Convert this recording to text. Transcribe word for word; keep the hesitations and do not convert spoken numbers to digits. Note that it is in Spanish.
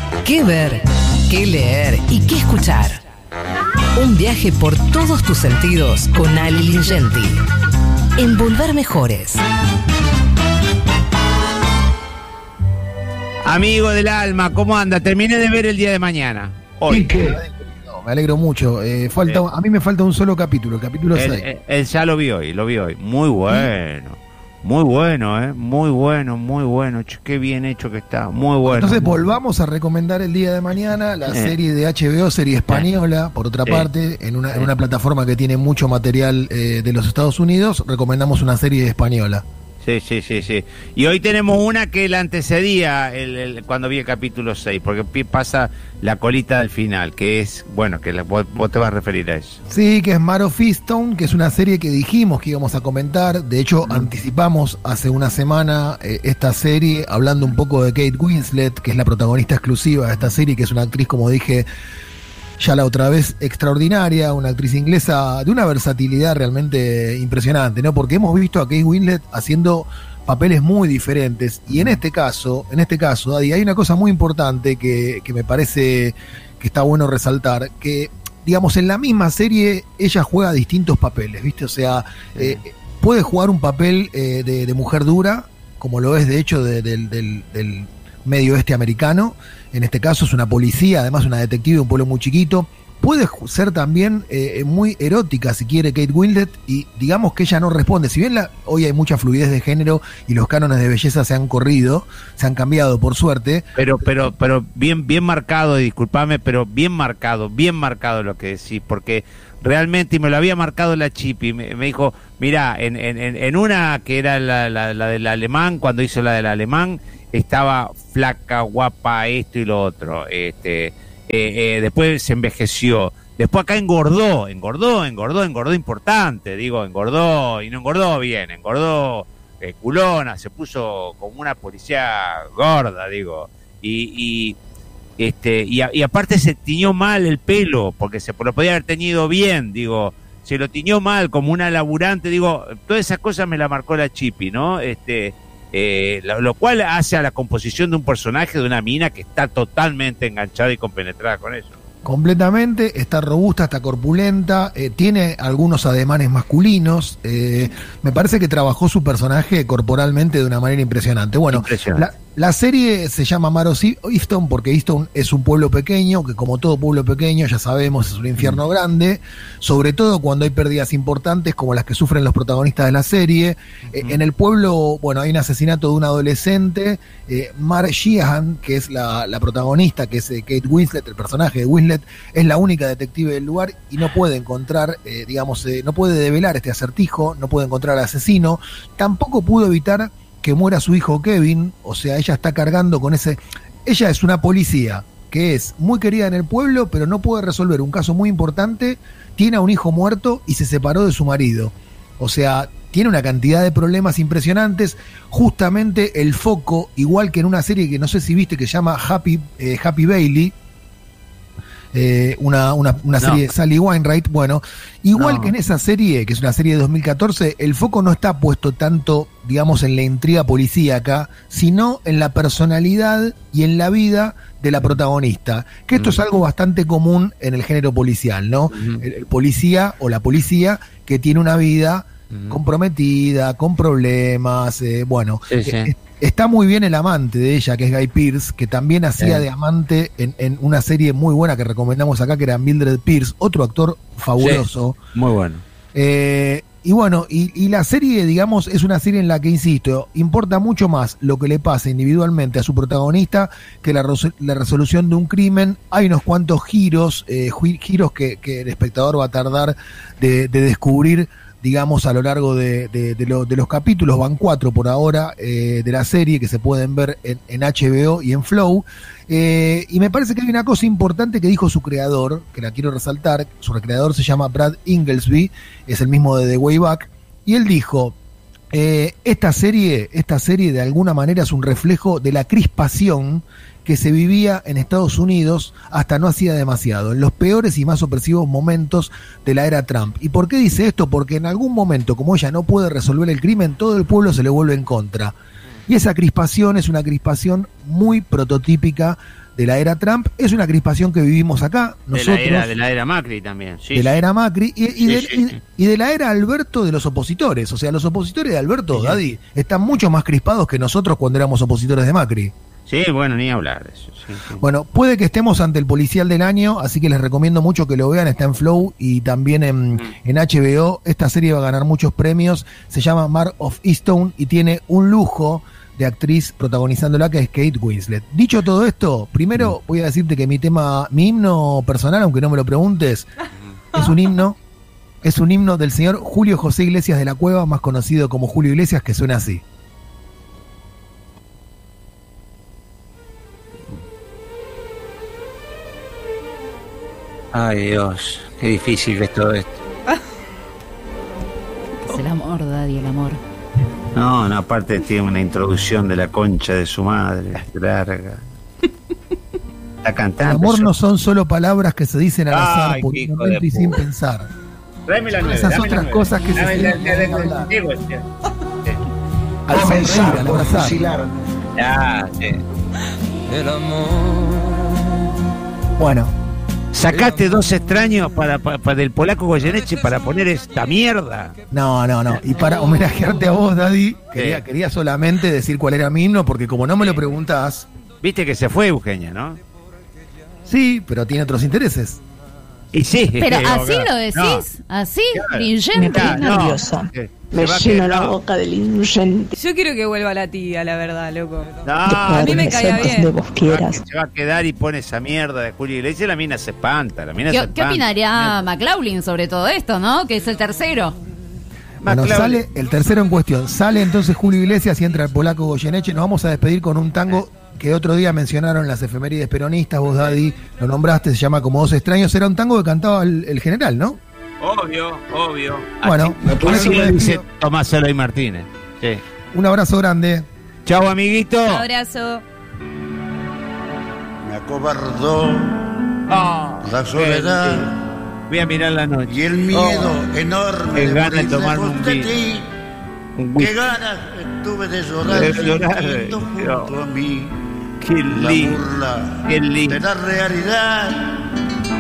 ¿Qué ver? ¿Qué leer? ¿Y qué escuchar? Un viaje por todos tus sentidos con Ali Lingenti. En Volver Mejores. Amigo del alma, ¿cómo anda? Terminé de ver El día de mañana. Hoy. ¿Qué? No, me alegro mucho. Eh, falta, a mí me falta un solo capítulo, el capítulo Él, seis. él, él ya lo vi hoy, lo vi hoy. Muy bueno. Muy bueno, ¿eh? Muy bueno, muy bueno. Ch, qué bien hecho que está. Muy bueno. Entonces volvamos a recomendar El día de mañana, la eh. serie de H B O, serie española, eh. por otra eh. parte, en una, en una plataforma que tiene mucho material eh, de los Estados Unidos, recomendamos una serie española. Sí, sí, sí, sí. Y hoy tenemos una que la antecedía el, el, cuando vi el capítulo seis, porque pasa la colita del final, que es, bueno, que la, vos, vos te vas a referir a eso. Sí, que es Mare of Easttown, que es una serie que dijimos que íbamos a comentar. De hecho, mm. anticipamos hace una semana eh, esta serie, hablando un poco de Kate Winslet, que es la protagonista exclusiva de esta serie, que es una actriz, como dije ya la otra vez, extraordinaria, una actriz inglesa de una versatilidad realmente impresionante, ¿no? Porque hemos visto a Kate Winslet haciendo papeles muy diferentes, y en este caso, en este caso, Adi, hay una cosa muy importante que, que me parece que está bueno resaltar, que, digamos, en la misma serie ella juega distintos papeles, ¿viste? O sea, eh, puede jugar un papel eh, de, de mujer dura, como lo es de hecho de, de, del, del medio oeste americano. En este caso es una policía, además una detective de un pueblo muy chiquito. Puede ser también eh, muy erótica, si quiere, Kate Winslet, y digamos que ella no responde. Si bien la, hoy hay mucha fluidez de género y los cánones de belleza se han corrido, se han cambiado, por suerte. Pero pero pero bien bien marcado, y disculpame, pero bien marcado, bien marcado lo que decís, porque realmente, y me lo había marcado la Chipi, me, me dijo, mirá, en, en, en una que era la, la, la del alemán, cuando hizo la del alemán, estaba flaca, guapa, esto y lo otro, este, eh, eh, después se envejeció, después acá engordó, engordó, engordó, engordó importante, digo, engordó, y no engordó bien, engordó eh, culona, se puso como una policía gorda, digo, y, y este, y, a, y aparte se tiñó mal el pelo, porque se lo podía haber teñido bien, digo, se lo tiñó mal, como una laburante, digo, todas esas cosas me la marcó la Chipi, ¿no? Este, Eh, lo, lo cual hace a la composición de un personaje, de una mina que está totalmente enganchada y compenetrada con eso. Completamente, está robusta, está corpulenta, eh, tiene algunos ademanes masculinos, eh, me parece que trabajó su personaje corporalmente de una manera impresionante. Bueno, impresionante. La, la serie se llama Mare of Easttown porque Easttown es un pueblo pequeño, que como todo pueblo pequeño, ya sabemos, es un infierno mm. grande, sobre todo cuando hay pérdidas importantes como las que sufren los protagonistas de la serie. Mm. Eh, en el pueblo, bueno, hay un asesinato de un adolescente, eh, Mark Sheehan, que es la, la protagonista, que es eh, Kate Winslet, el personaje de Winslet, es la única detective del lugar y no puede encontrar, eh, digamos, eh, no puede develar este acertijo, no puede encontrar al asesino, tampoco pudo evitar que muera su hijo Kevin, o sea, ella está cargando con ese... Ella es una policía que es muy querida en el pueblo, pero no puede resolver un caso muy importante, tiene a un hijo muerto y se separó de su marido. O sea, tiene una cantidad de problemas impresionantes. Justamente el foco, igual que en una serie que no sé si viste, que se llama Happy, eh, Happy Bailey, Eh, una, una, una serie no. de Sally Wainwright, bueno, igual no. que en esa serie, que es una serie de dos mil catorce, el foco no está puesto tanto, digamos, en la intriga policíaca, sino en la personalidad y en la vida de la protagonista, que esto mm. es algo bastante común en el género policial, ¿no? Mm. El, el policía o la policía que tiene una vida mm. comprometida, con problemas, eh, bueno, sí, sí. Eh, está muy bien el amante de ella, que es Guy Pearce, que también hacía sí. de amante en, en una serie muy buena que recomendamos acá, que era Mildred Pierce, otro actor fabuloso. Sí, muy bueno. Eh, y bueno, y, y la serie, digamos, es una serie en la que, insisto, importa mucho más lo que le pasa individualmente a su protagonista que la, la resolución de un crimen. Hay unos cuantos giros, eh, giros que, que el espectador va a tardar de, de descubrir, digamos, a lo largo de, de, de, lo, de los capítulos. Van cuatro por ahora eh, de la serie que se pueden ver en, en H B O y en Flow. Eh, y me parece que hay una cosa importante que dijo su creador, que la quiero resaltar. Su creador se llama Brad Inglesby, es el mismo de The Way Back, y él dijo, eh, esta serie, esta serie de alguna manera es un reflejo de la crispación que se vivía en Estados Unidos hasta no hacía demasiado, en los peores y más opresivos momentos de la era Trump. ¿Y por qué dice esto? Porque en algún momento, como ella no puede resolver el crimen, todo el pueblo se le vuelve en contra. Y esa crispación es una crispación muy prototípica de la era Trump, es una crispación que vivimos acá nosotros. De la era, de la era Macri también. Sí, de la era Macri y, y, sí, de, sí. y, y de la era Alberto de los opositores. O sea, los opositores de Alberto, sí, Daddy, están mucho más crispados que nosotros cuando éramos opositores de Macri. Sí, bueno, ni hablar de eso. Sí, sí. Bueno, puede que estemos ante el policial del año, así que les recomiendo mucho que lo vean, está en Flow y también en, mm. en H B O. Esta serie va a ganar muchos premios, se llama Mare of Easttown y tiene un lujo de actriz protagonizándola que es Kate Winslet. Dicho todo esto, primero voy a decirte que mi tema, mi himno personal, aunque no me lo preguntes, es un himno, es un himno del señor Julio José Iglesias de la Cueva, más conocido como Julio Iglesias, que suena así. Ay, Dios, qué difícil que es todo esto. Es el amor, Daddy, el amor. No, no, aparte tiene una introducción de la concha de su madre, larga. Está cantando. El amor yo. no son solo palabras que se dicen al azar, Ay, por un momento y sin pensar. Tráeme la nueve, esas dame otras la cosas que dame se la, sienten la, la, al la, hablar. digo, sí. Al sonreír, al abrazar. Ya, sí. El amor. Bueno, Sacaste dos extraños para, para, para del polaco Goyeneche para poner esta mierda. no, no, no. Y para homenajearte a vos, Daddy, quería, Sí. quería solamente decir cuál era mi himno, porque como no me lo preguntás, Viste que se fue Eugenia, ¿no? sí, pero tiene otros intereses. Y sí. Pero eh, así claro. lo decís, No, así, claro. Lingente. Me pone no, nerviosa. eh, Me se va a lleno quedar- la no. boca del ingente. Yo quiero que vuelva la tía, la verdad, loco. No, A mí me caía bien. De vos quieras. se va a quedar y pone esa mierda de Julio Iglesias, la mina se espanta, la mina se ¿Qué, espanta. ¿Qué opinaría McLaughlin sobre todo esto, no? Que es el tercero. Bueno, McLaughlin. sale el tercero en cuestión. Sale entonces Julio Iglesias y entra el polaco Goyeneche. Nos vamos a despedir con un tango que otro día mencionaron las efemérides peronistas. Vos, Daddy, lo nombraste, se llama Como Dos Extraños. Era un tango que cantaba el, el general, ¿no? Obvio, obvio. Bueno, con así eso me lo dice despido. Tomás Eloy Martínez. Sí. Un abrazo grande. Chau, amiguito. Abrazo. Me acobardó Ah, la soledad Voy a mirar la noche. y el miedo enorme Qué de ganas de morir tomarme lejos un de vino. ti. Un Qué whisky. ganas estuve de llorar, De llorar, sintiendo Dios. junto a mí Qué la lindo. burla Qué lindo. de la realidad.